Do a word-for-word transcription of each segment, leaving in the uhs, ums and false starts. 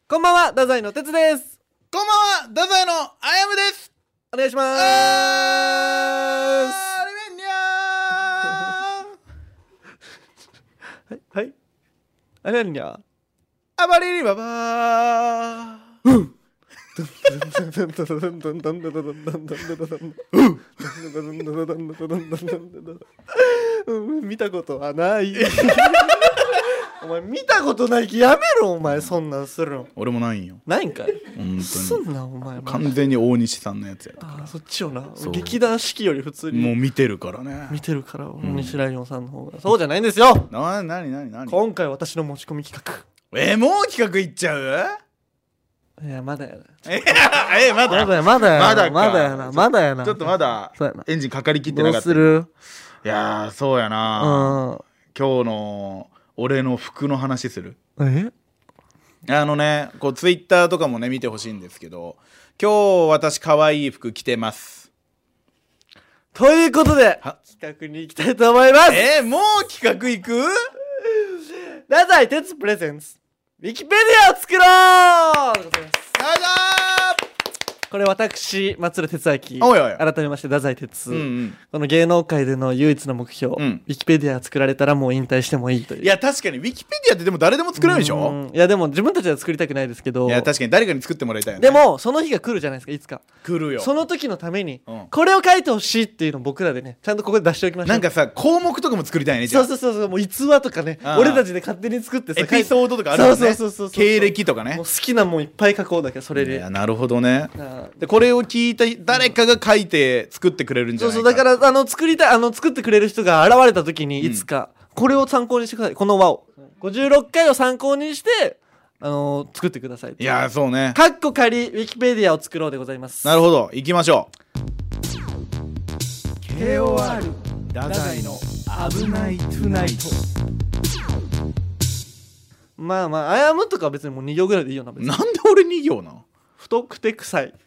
こんばんは、太宰の哲です。 こんばんは、太宰のあやむです。 お願いしまーす。 あーりめんにゃはいはい。あれにゃーあばりりばばーうん見たことはないお前見たことないきやめろお前そんなんするの俺もないんよ。 ないんかい本すんなお前当に完全に大西さんのやつやったあそっちよなそう劇団四季より普通にもう見てるからね。 見てるから大西ライオンさんの方がそうじゃないんですよ。 ななになになに今回私の持ち込み企画えー、もう企画いっちゃういやまだやなええまだまだやまだやなまだかまだやなまだやなちょっとまだそうやなエンジンかかりきってどうなかった。 するいやーそうやうな、 ん今日の俺の服の話する。 えあのねこうツイッターとかもね見てほしいんですけど、今日私可愛い服着てます。 ということでは企画に行きたいと思います。 えー、もう企画行く？ 太宰哲プレゼンツウィキペディアを作ろうでございます。 よいしこれ私松浦哲明おいおい改めまして太宰哲、 ょーうんうんこの芸能界での唯一の目標、 うんウィキペディア作られたらもう引退してもいいという。 いや確かにウィキペディアってでも誰でも作れるでしうょ。 んいやでも自分たちは作りたくないですけど、 いや確かに誰かに作ってもらいたいよね。 でもその日が来るじゃないですかいつか。 来るよ。 その時のために、 うんこれを書いてほしいっていうのを僕らでねちゃんとここで出しておきましょう。 なんかさ項目とかも作りたいね。じゃあそうそうそうそうもう逸話とかねああ俺たちで勝手に作ってさエピソードとかあるよね。 そうそうそうそうそう経歴とかねもう。好きなもんいっぱい書こうだけどそれいでやなるほどね。 ああでこれを聞いた誰かが書いて作ってくれるんじゃないか。 そうそうだからあの作りたいあの作ってくれる人が現れた時にいつか、これを参考にしてください。この輪をごじゅうろっかいを参考にしてあのー作ってください。 いやーそうね。 かっこ仮ウィキペディアを作ろうでございます。 なるほど行きましょう。 ケーオーアール太宰の危ないトゥナイト。 まあまああやむとかは別にもうに行ぐらいでいいよな別に。 なんで俺に行な。 太くて臭い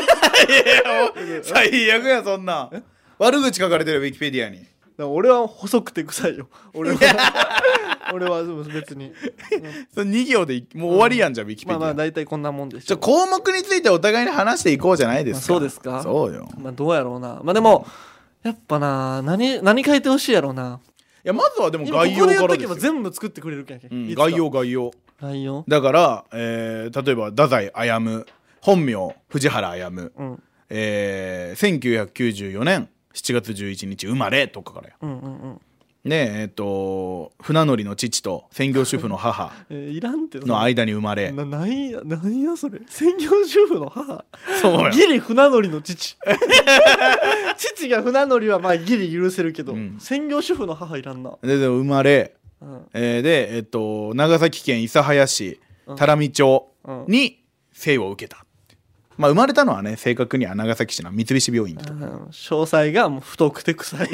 最悪やそんな悪口書かれてるウィキペディアに。 だから俺は細くて臭いよ俺は俺は別に、うんそれに行でいもう終わりやんじゃん、ウィキペディア。 まあまあ大体こんなもんでしょ。 じゃあ項目についてお互いに話していこうじゃないですか。 まあそうですか。 そうよ。 まあどうやろうな。まあでもやっぱな何何書いてほしいやろうな。 いやまずはでも今概ここで言っとけ要からですよ。 ば全部作ってくれるけん、 うんいつか概要概要概要だから、えー、例えば太宰歩本名藤原歩、 うんえー、せんきゅうひゃくきゅうじゅうよねんしちがつじゅういちにち生まれとかからや。 うんうんうんでえっ、と船乗りの父と専業主婦の母えー、いらんっての間に生まれななんやなんやそれ専業主婦の母そうやギリ船乗りの父父が船乗りはまあギリ許せるけど、 うん、 専業主婦の母いらんな。 でで生まれ、 うんえー、でえっ、と長崎県諫早市うん多良見町うんに生を受けた。まあ生まれたのはね正確には長崎市の三菱病院と。 うん詳細がもう太くて臭いなんで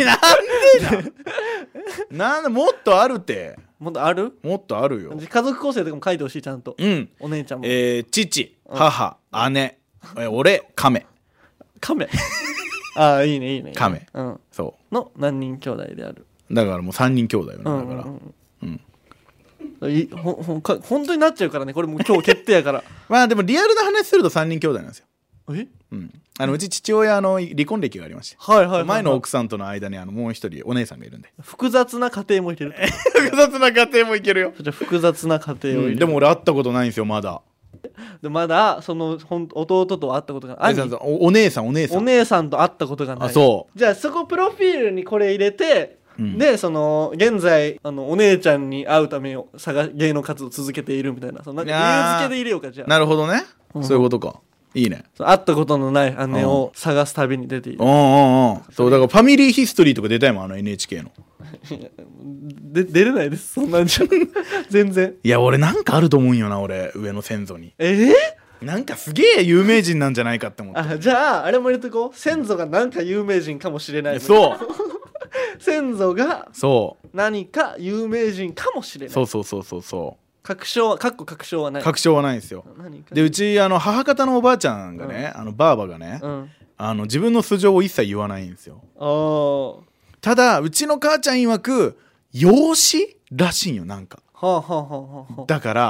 ななんでもっとあるってもっとあるもっとあるよ。 家族構成とかも書いてほしいちゃんと、 うんお姉ちゃんも、 えー、父母姉、えー、俺亀亀ああいいねいいね亀うんその何人兄弟である。 うだからもうさんにん兄弟よね。だうんから、 うんうんいほほんか本当になっちゃうからねこれもう今日決定やからまあでもリアルな話するとさんにん兄弟なんですよ。 えうんあのうち父親あの離婚歴がありまして、 はいはいはい、はい、 前の奥さんとの間にあのもう一人お姉さんがいるんで複雑な家庭もいける複雑な家庭もいけるよ。 じゃあ複雑な家庭を入れる、 うんでも俺会ったことないんですよまだ。 でまだそのほん弟と会ったことがあ兄おお姉さんお姉さんお姉さんと会ったことがない。 あそじゃあそこプロフィールにこれ入れて、 うんでその現在あのお姉ちゃんに会うためを探芸能活動を続けているみたいなそのなんか理由付けで入れようか。じゃあうなるほどね、 うんそういうことか。いいね。 そう会ったことのない姉を探す旅に出ている。 うんうんうんそうだからファミリーヒストリーとか出たいもんあの エヌエイチケー の。 で出れないですそんなんじゃ全然。 いや俺なんかあると思うんよな俺上の先祖に。 えー、 なんかすげえ有名人なんじゃないかって思って。 あじゃああれも入れとこう。先祖がなんか有名人かもしれないい。 そう先祖がそう何か有名人かもしれない。 そうそうそうそうそ確証はかっこ確証はない。 う確証はないんですよ。 何かでうちあの母方のおばあちゃんがね、あのばあばがね、 うんあの自分の素性を一切言わないんですよ。 あーただうちの母ちゃん曰く養子らしいんよなんか。 はあはあはあはあはあ。 だから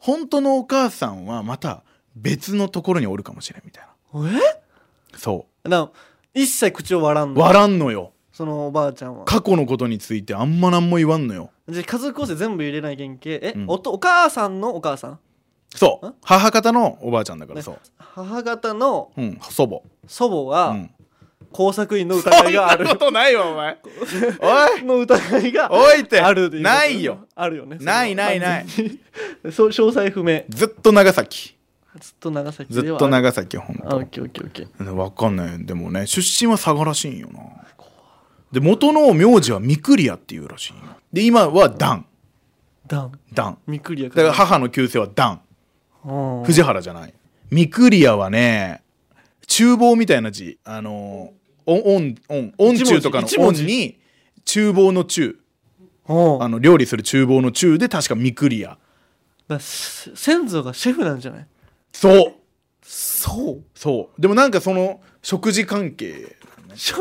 本当のお母さんはまた別のところにおるかもしれんみたいな。 えそな一切口を割らんうの割らんのよ。 そのおばあちゃんは。 過去のことについてあんま何も言わんのよ。 じゃあ家族構成全部入れない原型え、 うんおとお母さんのお母さんそうん母方のおばあちゃんだから、そう、 母方のうん、祖母、 祖母は、 うん、 工作員の疑いがあるそんなことないわお前おいの疑いがおいってあるということないよ。 あるよね。 ないないないその完全にそう詳細不明。 ずっと長崎ずっと長崎ずではっと長崎ほんあとオッケーオッケーオッケー。 分かんない。でもね出身は佐賀らしいんよな。で元の名字はミクリアっていうらしいんよ。で今はダンダンダンミクリアだから母の旧姓はダンうん藤原じゃない。ミクリアはね厨房みたいな字、あのー、おんおんおん中とかの一文字おんに厨房の厨、 うんあの料理する厨房の厨で確かミクリア。 だせ先祖がシェフなんじゃない？ そうそうそうでもなんかその食事関係食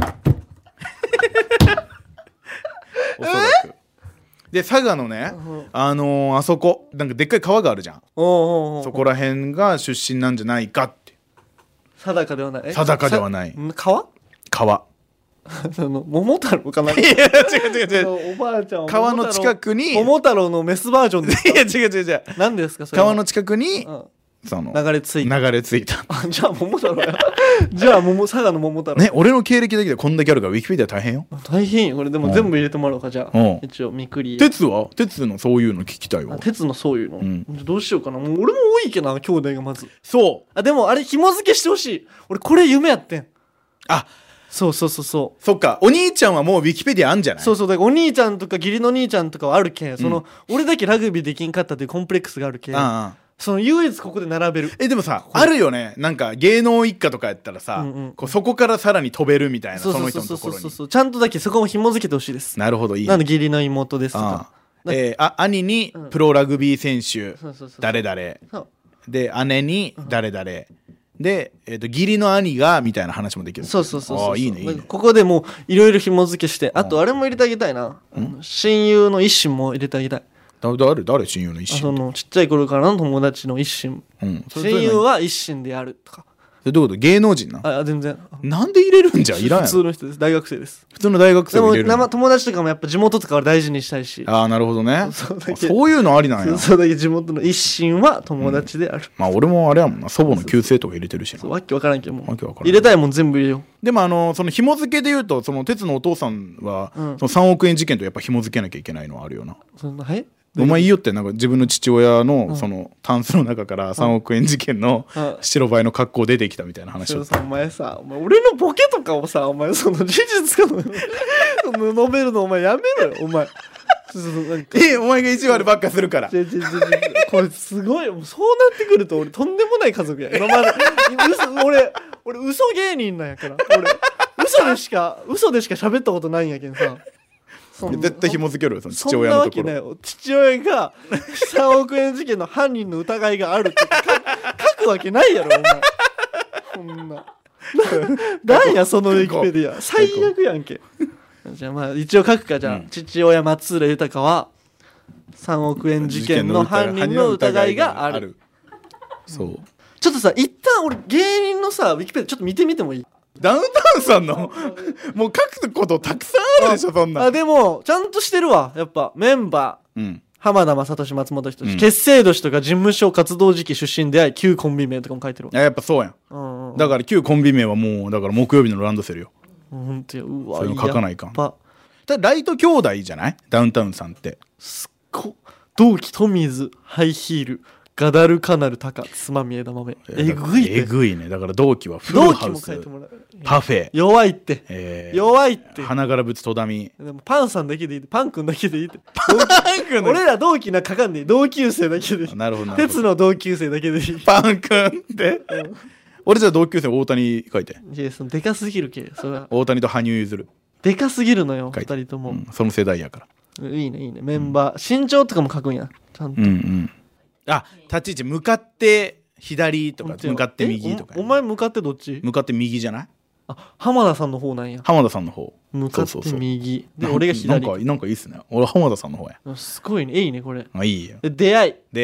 おそらくで佐賀のね、 うんあのーあそこなんかでっかい川があるじゃん。 おうおうおうそこら辺が出身なんじゃないかって。 定かではないえ定かではないさ川川あの桃太郎かないや違う違う違うそうおばあちゃんは川の近くに桃太郎のメスバージョンですいや違う違う違う何ですかそれは川の近くにうんその流れ着いた流れ着いたあじゃあ桃太郎やじゃあ桃佐賀の桃太郎ね。俺の経歴だけでこんだけあるからウィキペディア大変よ。 大変よこれでも全部入れてもらおうかじゃあうん一応みくり鉄は鉄のそういうの聞きたいわ。 あ鉄のそういうの、 んどうしようかなもう俺も多いけどな兄弟がまずそうあでもあれ紐付けしてほしい俺これ夢やってんあそうそうそうそうそっかお兄ちゃんはもうウィキペディアあんじゃない。 そうそうだからお兄ちゃんとか義理の兄ちゃんとかはあるけん、その俺だけラグビーできんかったっていうコンプレックスがあるけん、 ああその唯一ここで並べるえでもさあるよね。なんか芸能一家とかやったらさ、 うんうんこうそこからさらに飛べるみたいな。そうのそそうそう人のところにそうそうそうちゃんとだけそこも紐付けてほしいですなるほどいい。 なんで義理の妹ですとあかあえーあ兄にプロラグビー選手、 そうそうそう誰々 そうで姉に誰々、で、えー、と義理の兄がみたいな話もできる。 そうそうそうそうああいいねいいね。 ここでもういろいろ紐付けしてあとあれも入れてあげたいなあの親友の一心も入れてあげたいだ誰誰親友の一あそ心。 のちっちゃい頃からの友達の一心うん、それ親友はは一心であるとかそれどういうこと芸能人なあ全然なんで入れるんじゃいらんやろ。 普通の人です大学生です普通の大学生でもを入れるの。 生友達とかもやっぱ地元とかは大事にしたいしああなるほどね。 そうだけあそういうのありなんや。 そうだけ地元の一心は友達である、 まあ俺もあれやもんな祖母の旧姓とか入れてるしな。 そうわけわからんけどもわけわからん入れたいもん全部入れよでもあのその紐付けで言うとその鉄のお父さんは、 うんそのさんおく円事件とやっぱ紐付けなきゃいけないのはあるよな。 うそんなはいお前いいよってなんか自分の父親のそのタンスの中からさんおく円事件のうん白バイの格好出てきたみたいな話をそうさお前さお前俺のボケとかをさお前その事実かのその述べるのお前やめろよお前そうそうなんかえお前が意地悪ばっかするから違う違う違う違うこれすごいもうそうなってくると俺とんでもない家族や今まで嘘俺俺嘘芸人なんやから俺嘘でしか嘘でしか喋ったことないんやけんさそんな絶対紐付けろよその父そん親のとこなわけないろ。 よ父親がさんおく円事件の犯人の疑いがあるってか書くわけないやろお前そんななんやそのウィキペディア最悪やんけじゃあまあ一応書くかじゃあ、 うん父親松浦豊はさんおく円事件の犯人の疑いがある。 そうちょっとさ一旦俺芸人のさウィキペディアちょっと見てみてもいいダウンタウンさんのもう書くことたくさんあるでしょそんなあでもちゃんとしてるわやっぱメンバーうん浜田雅俊松本人志、 うん結成年とか事務所活動時期出身であり旧コンビ名とかも書いてるわいややっぱそうやん。 うんうんだから旧コンビ名はもうだから木曜日のランドセルよ。 ほんとようわそういうの書かないかんやっぱただライト兄弟じゃないダウンタウンさんって。 すっご同期富水ハイヒールガダルカナルタカつまみ枝豆えぐいってえぐいね。だから同期はフル同期もハウス書いてもらうパフェ、 弱いってえー、 弱いって花柄仏戸田美でもパンさんだけでいいってパン君だけでいいってパン君俺ら同期な書かんでいい同級生だけでいいなるほどなるほ鉄どの同級生だけでいいパン君って俺じゃあ同級生大谷書いていやそのでかすぎるけそれは大谷と羽生結弦、 でかすぎるのよ書いて二人とも、 うん、その世代やからいいねいいねメンバー、身長とかも書くんやちゃんと、 うんうんあ立ち位置向かって左とか本当よ向かって右とかえおお前向かってどっち向かって右じゃないあ浜田さんの方なんや浜田さんの方向かってそうそうそう右でな俺が左なんかなんかいいっすね俺浜田さんの方やすごいねいいねこれあいいよで出会い出会い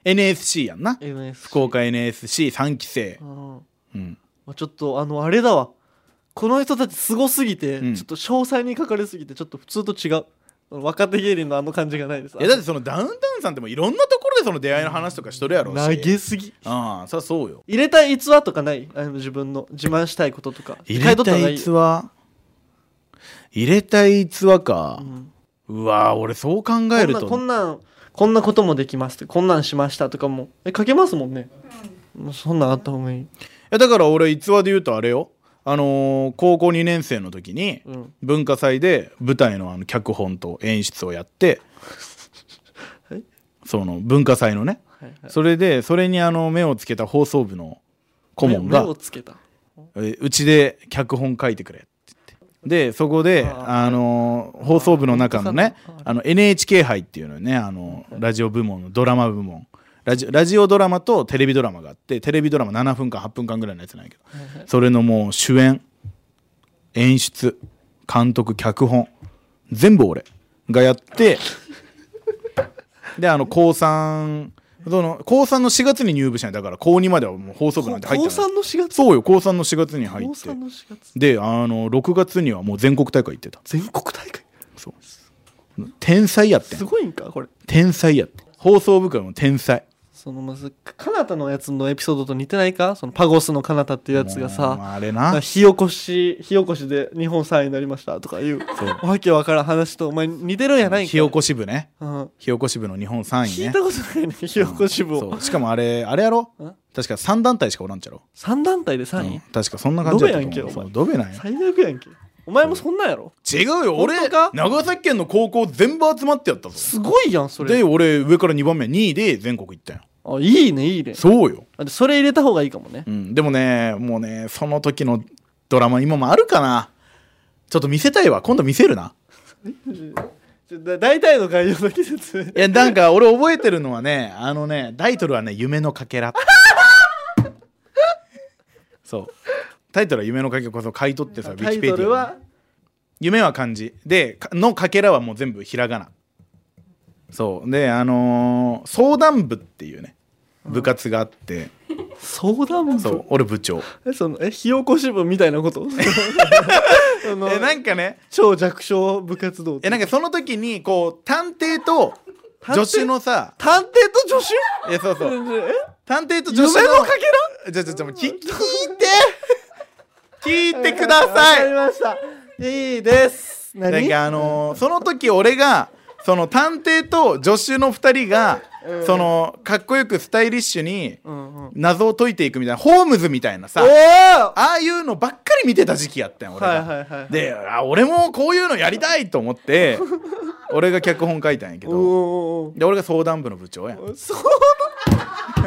エヌエスシー やんなエヌエス福岡 エヌエスシーさん 期生、 うんうん、 ちょっとあのあれだわ、この人たちすごすぎて、 うん、 ちょっと詳細に書かれすぎてちょっと普通と違う、若手芸人のあの感じがないです。 いやだってそのダウンタウンさんってもいろんなところでその出会いの話とかしとるやろうし、 投げすぎ。 ああそりゃそうよ。 入れたい逸話とかない？あの自分の自慢したいこととか。 入れたい逸話入れたい逸話か、うん、うわ俺そう考えるとこんなこんなんこんなこともできますって、こんなんしましたとかもえ書けますもんね、うん、もうそんなんあった方がいい。いやだから俺逸話で言うとあれよ、あのー、高校にねん生の時に文化祭で舞台のあの脚本と演出をやって、はい、その文化祭のね、はいはい、それでそれにあの目をつけた放送部の顧問が目をつけたえうちで脚本書いてくれって言ってでそこであのー、放送部の中のねあの エヌエイチケー 杯っていうのねあのラジオ部門のドラマ部門ラジ, ラジオドラマとテレビドラマがあってテレビドラマななふんかんはっぷんかんぐらいのやつなんやけど、はいはい、それのもう主演演出監督脚本全部俺がやってであの高さんその高さんのしがつに入部したんやだから高にまではもう放送部なんて入ってない。 高さんのしがつそうよ高さんのしがつに入って高さんのしがつであのろくがつにはもう全国大会行ってた。 全国大会そう天才やってん。 すごいんかこれ。天才やって放送部からの天才。 そのまずカナタのやつのエピソードと似てないか、そのパゴスのカナタっていうやつがさあれな火起こし火起こしで日本さんいになりましたとかいうわけわからん話とお前似てるんやないんか。 火起こし部ね、 うん、 火起こし部の日本さんいね聞いたことないね火起こし部を、 うん、そうしかもあれあれやろ確かさん団体しかおらんちゃろ。 さん団体でさんい、うん、 確かそんな感じだったと思う。 ドベやんけお前。 ドベなんや最悪やんけお前もそんなんやろ。 違うよ俺長崎県の高校全部集まってやったぞ。 すごいやんそれで俺上からにばんめにいで全国行ったよ。 あいいねいいね。 そうよ。 それ入れた方がいいかもね、 うん、でもねもうねその時のドラマ今もあるかな。ちょっと見せたいわ今度見せるな大体の概要だけ説明。 いやなんか俺覚えてるのはねあのねタイトルはね夢のかけらそうタイトルは夢のかけらこそ書いとってさウィキペディア、ね、タイトルは夢は漢字でのかけらはもう全部ひらがな。そうであのー、相談部っていうね部活があって、 うん、相談部そう俺部長えそのえ火起こし部みたいなことえなんかね超弱小部活動えなんかその時にこう探偵と助手のさ探偵と助手えそうそう探偵と助手の夢のかけらじゃじゃじゃ聞いて聞いてください。 わかりましたいいです。 何なんかあのー、その時俺がその探偵と助手のふたりが、うん、そのかっこよくスタイリッシュに謎を解いていくみたいなホームズみたいなさ、ああいうのばっかり見てた時期やったん俺が、はいはいはいはい、であ俺もこういうのやりたいと思って俺が脚本書いたんやけどで俺が相談部の部長やん。 相談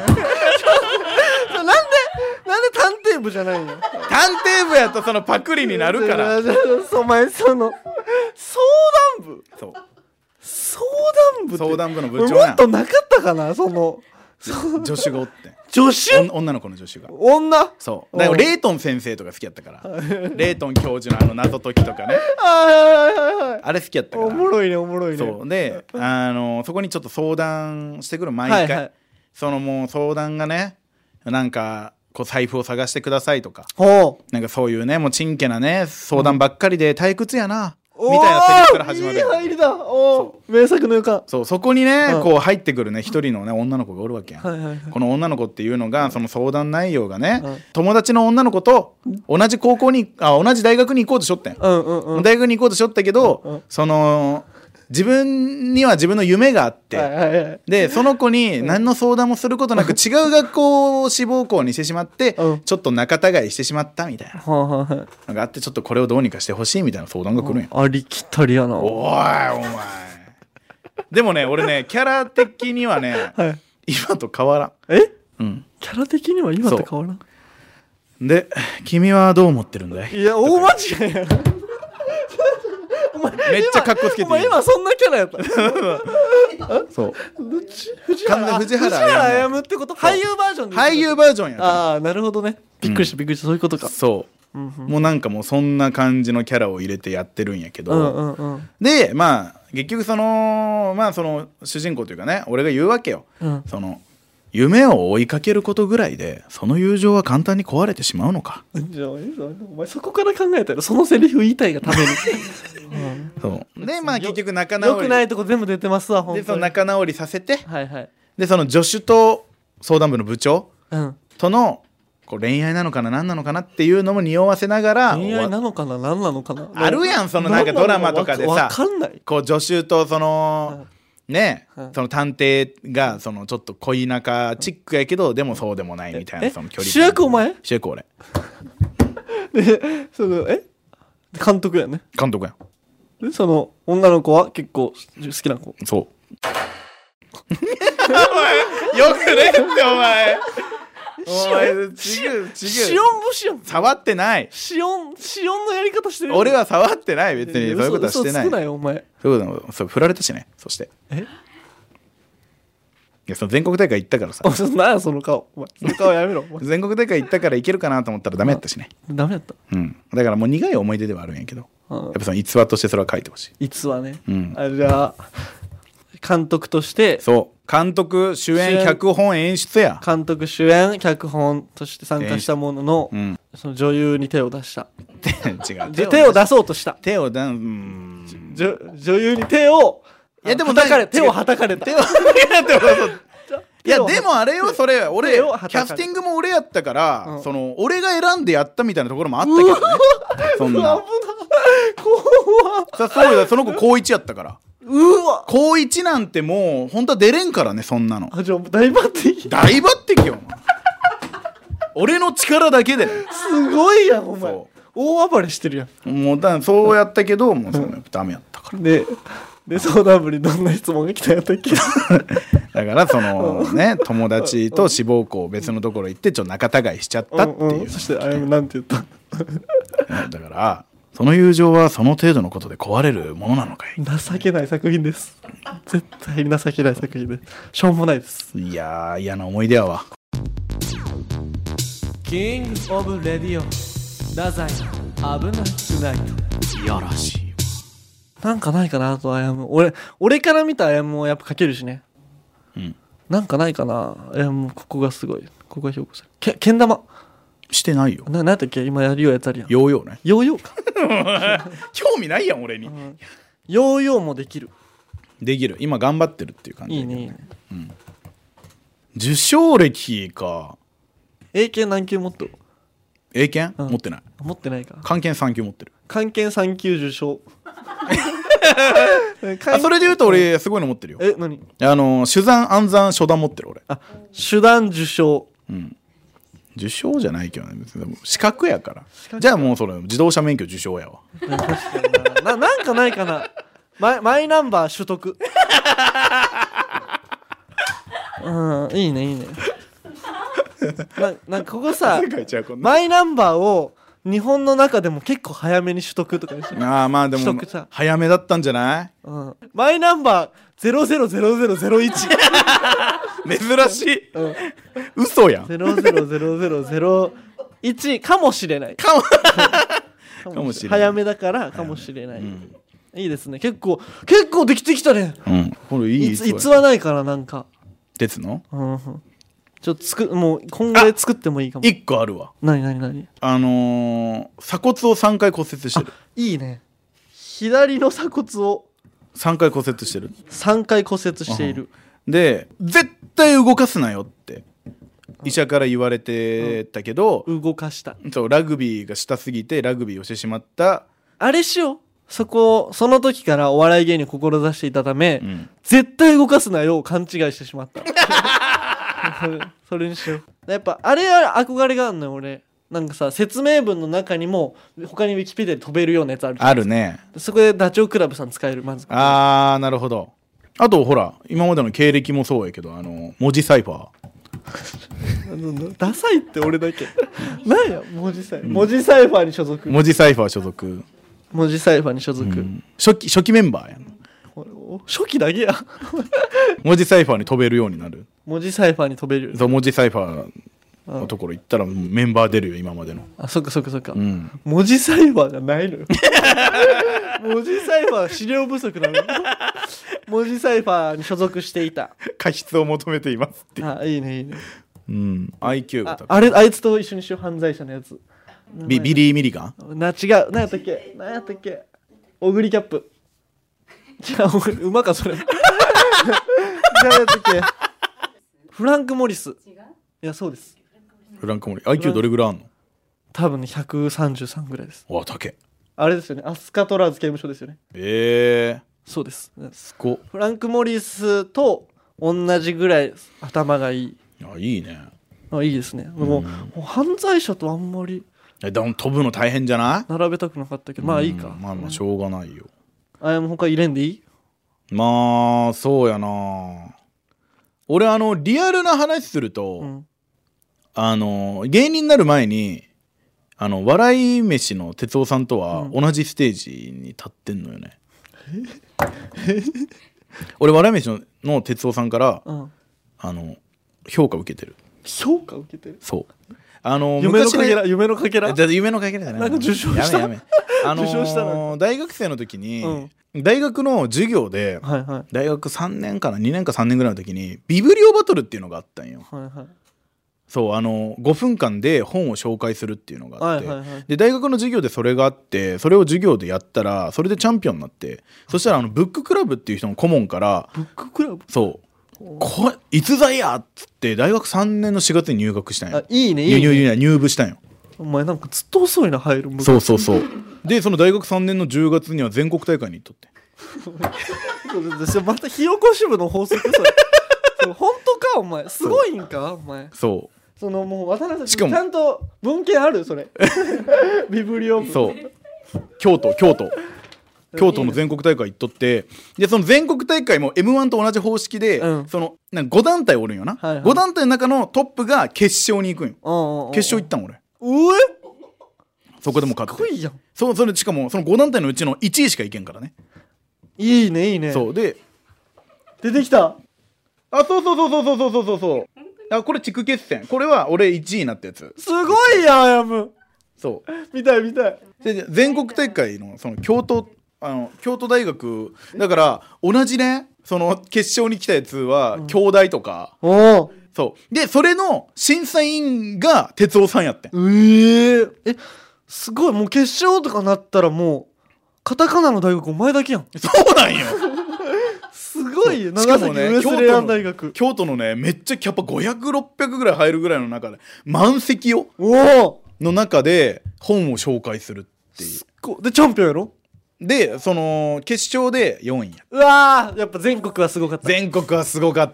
なんでなんで探偵部じゃないの。 探偵部やとそのパクリになるからお前その相談部そう相談部って相談部の部長やん。 もっとなかったかなその助手がおって助手女の子の助手が女そうだからレイトン先生とか好きやったからレイトン教授のあの謎解きとかねあれ好きやったからおもろいねおもろいね。 そうであのそこにちょっと相談してくる毎回、はいはい、そのもう相談がねなんかこう財布を探してくださいとかなんかそういうねもうちんけなね相談ばっかりで退屈やな、うん、みたいなセリフから始まる。いい入りだお名作の予感。 そうそこにね、うん、こう入ってくるね一人のね女の子がおるわけやん、はいはいはい、この女の子っていうのがその相談内容がね、うん、友達の女の子と同じ高校にあ同じ大学に行こうとしよったんや、うんうんうん、大学に行こうとしよったけど、うんうん、その自分には自分の夢があって、はいはいはい、でその子に何の相談もすることなく違う学校を志望校にしてしまって、うん、ちょっと仲違いしてしまったみたいなのがあってちょっとこれをどうにかしてほしいみたいな相談が来るんや。 ありきたりやな。 おいお前でもね俺ねキャラ的にはね、はい、今と変わらん。 え、うん、キャラ的には今と変わらん。 で君はどう思ってるんだい。 いや大間違いやめっちゃカッコつけていい。 お前今そんなキャラやったそう藤原藤原あやむってこと俳優バージョンで俳優バージョンやった。 ああなるほどねびっくりした、うん、びっくりしたそういうことか。 そう、うんうん、もうなんかもうそんな感じのキャラを入れてやってるんやけど、うんうんうん、でまあ結局そのまあその主人公というかね俺が言うわけよ、うん、その夢を追いかけることぐらいでその友情は簡単に壊れてしまうのか。 じゃあお前そこから考えたらそのセリフ言いたいがために、 うん、そうでまあ結局仲直りよくないとこ全部出てますわ本当に。 でその仲直りさせて、 はいはい、 でその助手と相談部の部長うんとのこう恋愛なのかな何なのかなっていうのも匂わせながら、 恋愛なのかな何なのかな、 あるやんそのなんかドラマとかでさわかんない、 こう助手とその、ね、 はいその探偵がそのちょっと恋仲チックやけどでもそうでもないみたいなえその距離感。 主役お前主役俺でそのえ監督やね。 監督やでその女の子は結構好きな子。 そうお前よくねってお前お前違う違うシオン節やん。 触ってないシオンシオンのやり方してる。 俺は触ってない別にそういうことはしてない嘘つくなよお前。 そういうことそう振られたしね。そしてえいやその全国大会行ったからさお前何やその顔お前その顔やめろお前全国大会行ったからいけるかなと思ったらダメやったしね。 ダメやった。 うんだからもう苦い思い出ではあるんやけどうんやっぱその逸話としてそれは書いてほしい。 逸話ね、 うんあじゃあ監督としてそう監督主演主演脚本演出や監督主演脚本として参加したものの、 うんその女優に手を出した違う手を出そうとした手をだうん女女優に手をいやでもはたかれ違う手をはたかれた手をいやでもあれよそれ俺キ手をはたかれャスティングも俺やったから、 うんその俺が選んでやったみたいなところもあったけどねそんなうわ怖っさそうだその子高一やったからうわ高一なんてもう本当は出れんからねそんなのあじゃあ大抜擢大抜擢よお前俺の力だけでねすごいやんお前そ大暴れしてるやん。 もうだそうやったけどもうそのダメやったからでで相談部にどんな質問が来たんやったっけだからそのね友達と志望校別のところ行ってちょっと仲違いしちゃったっていう、 うんうん、そしてあれなんて言っただからその友情はその程度のことで壊れるものなのかい。 情けない作品です。絶対に情けない作品です。しょうもないです。 いやー嫌な思い出やわ。 キングオブレディオ太宰危なくないといやらしいわ。 なんかないかなとあやむ俺俺から見たあやむをやっぱ書けるしね。 うんなんかないかなあやむここがすごいここが評価されるけけん玉してないよ。 ななんやったっけ今やるようやつあるやんヨーヨーね。 ヨーヨーか興味ないやん俺に、 うん、ヨーヨーもできる。 できる今頑張ってるっていう感じ。 いいねいいね。 受賞歴か。 英検何級持ってる？ 英検、 うん持ってない。 持ってないか。 漢検さん級持ってる。 漢検さん級受賞あそれで言うと俺すごいの持ってるよ。 え何？ あの手段暗算初段持ってる俺。 あ手段受賞。 うん受賞じゃないけどね別にでも資格やから。じゃあもうそれ自動車免許受賞やわ。 確かにな。ななんかないかな。マイマイナンバー取得。うんいいねいいね。ななんかここさ書いちゃうこんなマイナンバーを日本の中でも結構早めに取得とかにしてる。 ああまあでも取得さ早めだったんじゃない。 うん、マイナンバーゼロゼロゼロゼロゼロいち珍しい、 うん、 嘘やん。 ゼロゼロゼロゼロゼロいちかもしれないかもかもしれない早めだからかもしれない、 うん、 いいですね結構結構できてきたね。 うんこれいいいついつはないからなんか鉄のうんちょっとつくもう今後で作ってもいいかも。 いっこあるわ。 なになになにあのー、鎖骨をさんかい骨折してる。 いいね左の鎖骨をさんかい骨折してる。 さんかい骨折している。 で絶対動かすなよって医者から言われてたけど、 動かしたそうラグビーがしたすぎてラグビーをしてしまった。 あれしようそこその時からお笑い芸人を志していたため、 うん、 絶対動かすなよを勘違いしてしまったそれにしよう。やっぱあれは憧れがあるのよ俺。なんかさ説明文の中にも他にウィキペディアで飛べるようなやつあるじゃん。 あるね。 そこでダチョウ倶楽部さん使えるまず。 あーなるほど。あとほら今までの経歴もそうやけどあの文字サイファーダサいって俺だけなんや文字サイファー、うん、文字サイファーに所属。 文字サイファー所属。 文字サイファーに所属、うん、 初期初期メンバーやん。 初期だけや文字サイファーに飛べるようになる。 文字サイファーに飛べる。 そう文字サイファーのところ行ったらメンバー出るよ今までの。 あそっかそっかそっか、 うん、 文字サイファーがないのよ文字サイファー資料不足なの文字サイファーに所属していた。 過失を求めていますっていう。 あ、いいねいいね。 うん、アイキュー があ高い。 あれあいつと一緒にしよう、犯罪者のやつ。 ビビリー・ミリガン。 な、違う、何やったっけ何やったっけオグリキャップ。違う、オグリうまかそれ。違うやったっけフランク・モリス。いや、そうです。 フランク・モリ アイキュー どれぐらいあんの？ 多分ねひゃくさんじゅうさんぐらいです。 わ、高え。 あれですよね、アスカトラーズ刑務所ですよね。 ええー、 そうです。 すごっ。 フランク・モリスと同じぐらい頭がいい。 あ、いいね。 あ、いいですね。もう、もう犯罪者とあんまりえ、でも飛ぶの大変じゃない？ 並べたくなかったけど、まあいいか。 まあまあしょうがないよ。 あやも他入れんでいい？ まあそうやな。俺あのリアルな話すると、うん、あの芸人になる前にあの笑い飯の哲夫さんとは同じステージに立ってんのよね。うん、俺笑い飯のの哲夫さんから、うん、あの評価受けてる。 評価受けてる。 そう。あの夢のかけら、夢のかけら。 夢のかけらだね。 なんか受賞した。 やめやめ。あのー、受賞したの。大学生の時に、うん、大学の授業で、はいはい、大学さんねんかなにねんかさんねんぐらいの時にビブリオバトルっていうのがあったんよ。はいはい、そうあのごふんかんで本を紹介するっていうのがあって、はいはいはい、で大学の授業でそれがあってそれを授業でやったらそれでチャンピオンになって、そしたらあのブッククラブっていう人の顧問からブッククラブそうこれ逸材やっつって大学さんねんのしがつに入学したんよ。 あ、いいねいいね。 入, 入部したんよ。 お前なんかずっと遅いな入る向そうそうそう。でその大学さんねんのじゅうがつには全国大会に行っとってまた火起こし部の法則それそれ本当かお前すごいんかお前。 そうそのもう渡辺さんしかもちゃんと文献あるそれビブリオ部。 そう京都京都京都の全国大会行っとって、でその全国大会も エムワン と同じ方式で、うん、そのなんかご団体おるんよな、はいはい、ご団体の中のトップが決勝に行くんよ。おうおうおう決勝行ったん俺。 うえそこでも勝って。 かっこいいやん。 そそれしかもそのご団体のうちのいちいしか行けんからね。 いいねいいね。 そうで出てきた。 あ、そうそうそうそうそうそうそうそう。あ、これ地区決戦。これは俺いちいになったやつ。 すごいやんやむ。 そう見たい見たい。 で全国大会のその京都あの京都大学だから同じねその決勝に来たやつは京大とか、うん、おそうでそれの審査員が哲夫さんやってん。 えー、えすごい。もう決勝とかなったらもうカタカナの大学お前だけやん。 そうなんよすごいよ。長崎ウエスレアン大学、 京都のねめっちゃキャパごひゃくろっぴゃくぐらい入るぐらいの中で満席よおの中で本を紹介するっていう。 でチャンピオンやろ。 でその決勝でよんいや。 うわーやっぱ全国はすごかった。 全国はすごかった。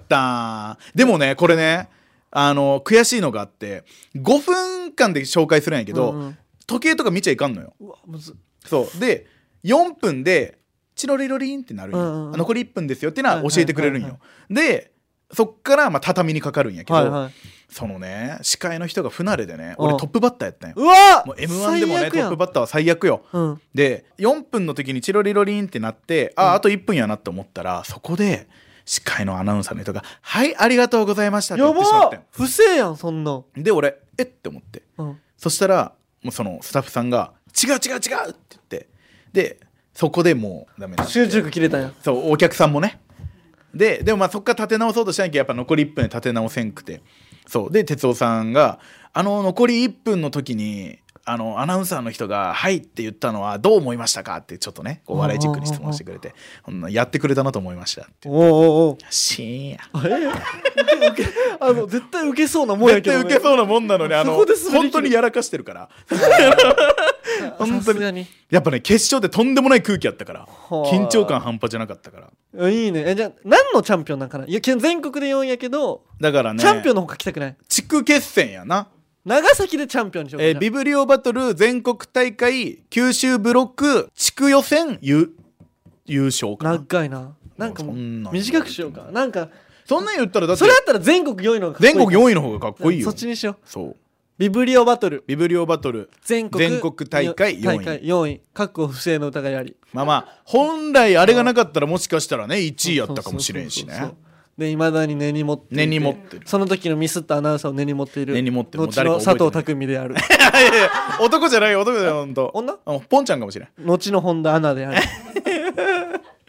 でもねこれねあの悔しいのがあってごふんかんで紹介するんやけど、うんうん、時計とか見ちゃいかんのよ。 うわむずそうでよんぷんでチロリロリンってなるんよ、うんうん、残りいっぷんですよってのは教えてくれるんよ、はいはいはいはい、でそっからまあ畳にかかるんやけど、はいはい、そのね司会の人が不慣れでね俺トップバッターやったんよ。 うわもう エムワン でもねトップバッターは最悪よ、うん、でよんぷんの時にチロリロリンってなって、うん、ああといっぷんやなって思ったらそこで司会のアナウンサーの人がはいありがとうございましたって言ってしまってん。 不正やんそんな。 で俺えって思って、うん、そしたらもうそのスタッフさんが違う違う違うって言ってでそこでもうダメだ集中力切れたんや。 そうお客さんもねででもまあそっから立て直そうとしなきゃやっぱ残りいっぷんで立て直せんくてそうで哲夫さんがあの残りいっぷんの時にあのアナウンサーの人が「はい」って言ったのはどう思いましたかってちょっとねこう笑いチックに質問してくれてやってくれたなと思いましたっておおおしーんやえ受けあの絶対受けそうなもんやけど、ね、 絶対受けそうなもんなのにあの本当にやらかしてるから本当にやっぱね決勝でとんでもない空気あったから緊張感半端じゃなかったから。いいね。えじゃあ何のチャンピオンなんかな。いや全国でよんやけどだからねチャンピオンの方が来たくない。 地区決戦やな。 長崎でチャンピオンにしようか、 えー、ビブリオバトル全国大会九州ブロック地区予選優勝かな。 長いな。なんかもう短くしようか。なんかそんなん言ったらだってそれだったら全国よんいの方がかっこいい。 全国よんいの方がかっこいいよ。 そっちにしよう。 そうビブリオバトルビブリオバトル全国、 全国大会よんいよんい確保不正の疑いあり。 まあまあ本来あれがなかったらもしかしたらねいちいやったかもしれんしね。 で未だに根に持っていて根に持ってる。 その時のミスったアナウンサーを根に持っている根に持ってる後の佐藤匠である。 いやいや男じゃないよ男じゃないほんと女ポンちゃんかもしれん。 後の本田アナである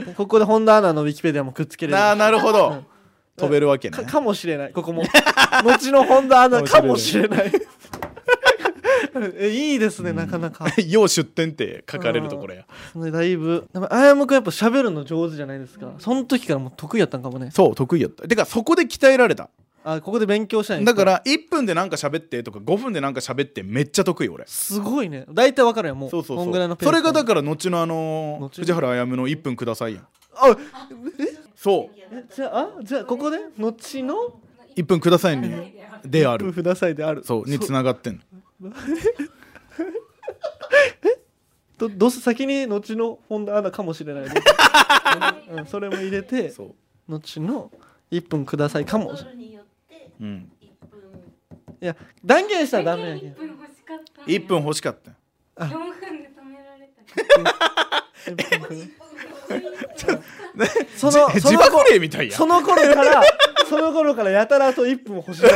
ここで本田アナのウィキペディアもくっつけれる。 ななるほど、 うん飛べるわけね。 か, かもしれないここも後の本田アナかもしれないえいいですね、うん、なかなか要出店って書かれるところや。 だいぶあやむくんやっぱ喋るの上手じゃないですか。その時からもう得意やったんかもね。 そう得意やった。てかそこで鍛えられた。 あここで勉強したんですか。 だからいっぷんでなんか喋ってとかごふんでなんか喋ってめっちゃ得意俺。 すごいね。大体わかるやんもう。 そうそうそう。 こんぐらいのペース。 それがだから後のあのー、藤原あやむのいっぷんくださいやん。 あえそうえじゃああじゃあここで後のいっぷんくださいにであるいっぷんくださいであるそうに繋がってんのえどどうせ先に後の本田アナかもしれないで、うん、それも入れてそう後のいっぷんくださいかもしれない。 うん、 いや断言したらダメやけどいっぷん欲しかったよんぷんで止められたその自爆霊みたいや。 その頃からその頃からやたらといっぷん欲しい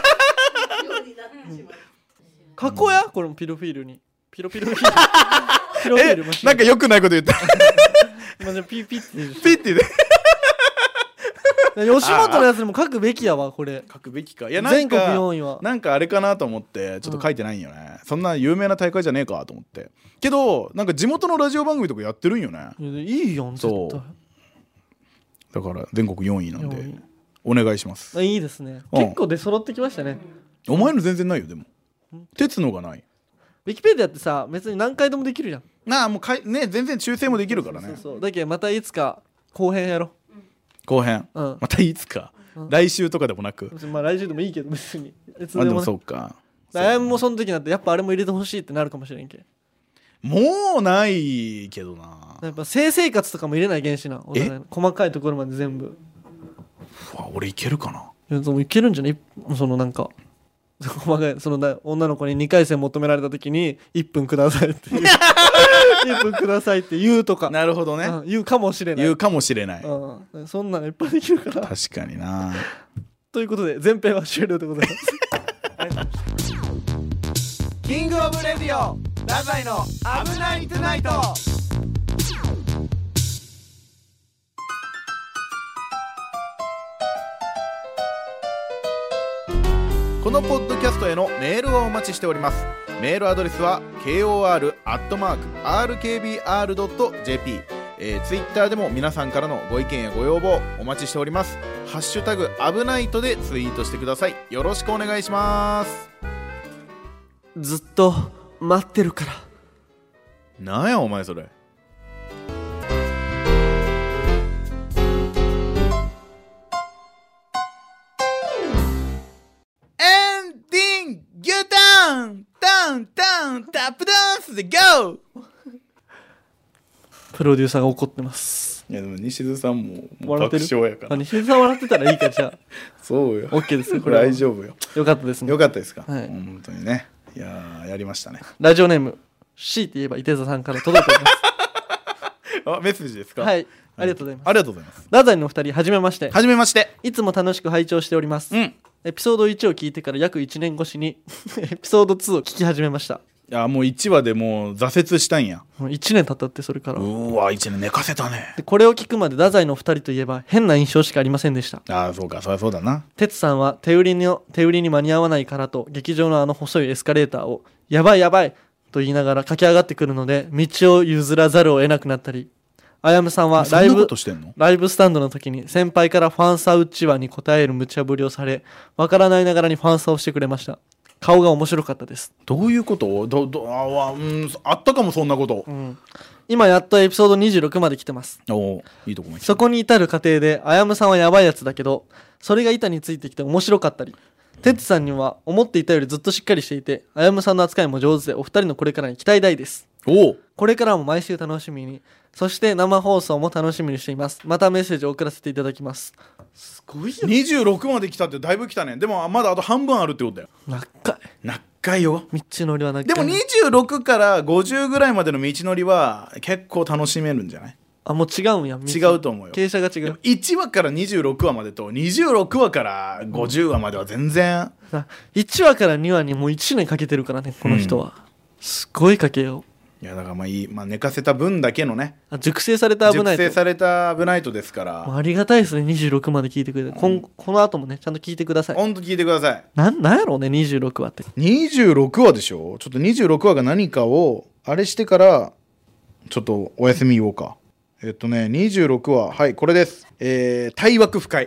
かっこやこれもピロフィールにピロピロフィールピロフィールマシンなんか良くないこと言った今じゃピピッてピッてね吉本のやつにも書くべきやわこれ。 書くべきか。いやなんか全国よんいはなんかあれかなと思ってちょっと書いてないんよね、うん、そんな有名な大会じゃねえかと思ってけどなんか地元のラジオ番組とかやってるんよね。 いいやん絶対。 そうだから全国よんいなんでお願いします。 いいですね、うん、結構出揃ってきましたね。 お前の全然ないよでも鉄のがない。 ウィキペディアってさ別に何回でもできるじゃん。 なあもうかいね全然抽選もできるからね。 そうそうそうだけどまたいつか後編やろ後編、うん、またいつか、うん、来週とかでもなくまあ来週でもいいけど別にいつでも、ね、 でもそうかあやむもその時になってやっぱあれも入れてほしいってなるかもしれんけ。 もうないけどな。 やっぱ性生活とかも入れない原子な細かいところまで全部。 わ俺いけるかな。 いやでもいけるんじゃないそのなんか細かいそのな女の子ににかい戦求められた時にいっぷんくださいって言ういっぷんくださいって言うとか。 なるほどね、 うん、言うかもしれない言うかもしれない、 うん、そんなのいっぱいできるから確かになということで前編は終了でございますキングオブレディオ太宰の危ないトゥナイト。このポッドキャストへのメールをお待ちしております。メールアドレスは ケーオーアール アットマーク アールケービーアール ドット ジェーピー、えー、ツイッターでも皆さんからのご意見やご要望お待ちしております。ハッシュタグ危ないとでツイートしてください。よろしくお願いします。 ずっと待ってるから。 なんやお前それ。エンディングギュタンタンタンタップダンスで GO。 プロデューサーが怒ってます。 いやでも西津さんももう爆笑やから。 西津さん笑ってたらいいかじゃあそうよ OK ですよこれは大丈夫よ。 よかったですね。 よかったですか、 はい、 本当にね。いややりましたね。 ラジオネーム C って言えば伊手座さんから届いておりますあメッセージですか。 はいありがとうございます。 ありがとうございます。 太宰のお二人はじめまして。 はじめまして。 いつも楽しく拝聴しております、 うん、 エピソードいちを聞いてから約いちねん越しにエピソードツーを聞き始めました。 いやもういちわでもう挫折したんや。 もういちねん経ったって。それからうわいちねん寝かせたね。 でこれを聞くまで太宰のお二人といえば変な印象しかありませんでした。 ああそうかそりゃそうだな。 哲さんは手売りの手売りに間に合わないからと劇場のあの細いエスカレーターをやばいやばいと言いながら駆け上がってくるので道を譲らざるを得なくなったり、あやむさんはライブライブスタンドの時に先輩からファンサうちわに答える無茶ぶりをされ、わからないながらにファンサをしてくれました。顔が面白かったです。 どういうこと？どどあ、うん、あったかもそんなこと、 うん、今やっとエピソードにじゅうろくまで来てます。 おいいとこも。 そこに至る過程であやむさんはやばいやつだけどそれが板についてきて面白かったり、哲さんには思っていたよりずっとしっかりしていてあやむさんの扱いも上手でお二人のこれからに期待大です。 おこれからも毎週楽しみに、そして生放送も楽しみにしています。またメッセージを送らせていただきます。すごいよ。 にじゅうろくまで来たってだいぶ来たね。でもまだあと半分あるってことだよ。 長い長いよ。 道のりは長い。 でもにじゅうろくからごじゅうぐらいまでの道のりは結構楽しめるんじゃない？ あもう違うんや。 違うと思うよ。 傾斜が違う。 いちわからにじゅうろくわまでとにじゅうろくわからごじゅうわまでは全然、 うん、いちわからにわにもういちねんかけてるからねこの人は、うん、すごいかけよう。 いやだからまあいい、まあ、寝かせた分だけのねあ熟成された危ないと熟成された危ないとですからありがたいですねにじゅうろくまで聞いてくれて、こんこの後もねちゃんと聞いてください。 ほんと聞いてください。 なんなんやろうねにじゅうろくわってにじゅうろくわでしょ。ちょっとにじゅうろくわが何かをあれしてからちょっとお休み言おうか。えっとねにじゅうろくわ、はいこれです。えー、対枠深い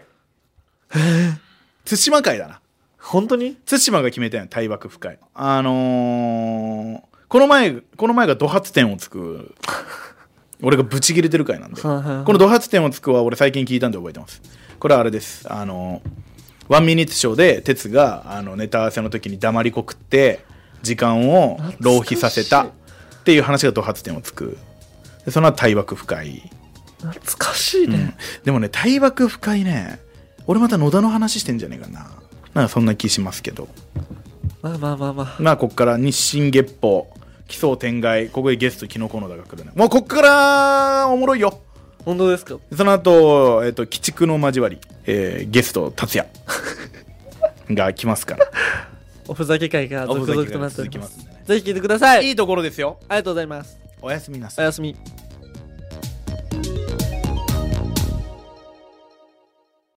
対馬会だな。 本当に対馬が決めたよ対枠深い。あのー、この前この前がド発点をつく俺がブチ切れてる回なんではいはいはいこのド発点をつくは俺最近聞いたんで覚えてます。これはあれです。あのワンミニッツショーで哲があのネタ合わせの時に黙りこくって時間を浪費させたっていう話がド発点をつく。でその後対枠深い。 懐かしいね、 うん、でもね対枠深いね俺また野田の話してんじゃねえかな。なんかそんな気しますけど、 まあまあまあまあまあこっから日進月歩奇想天外、ここでゲストキノコノダが来るね。もうこっからおもろいよ。 本当ですか。 その後、えっと鬼畜の交わり、えー、ゲスト達也が来ますからおふざけ会が続々となっております。 続きますんでね。 ぜひ聞いてください。 いいところですよ。 ありがとうございます。 おやすみなさい。 おやすみ。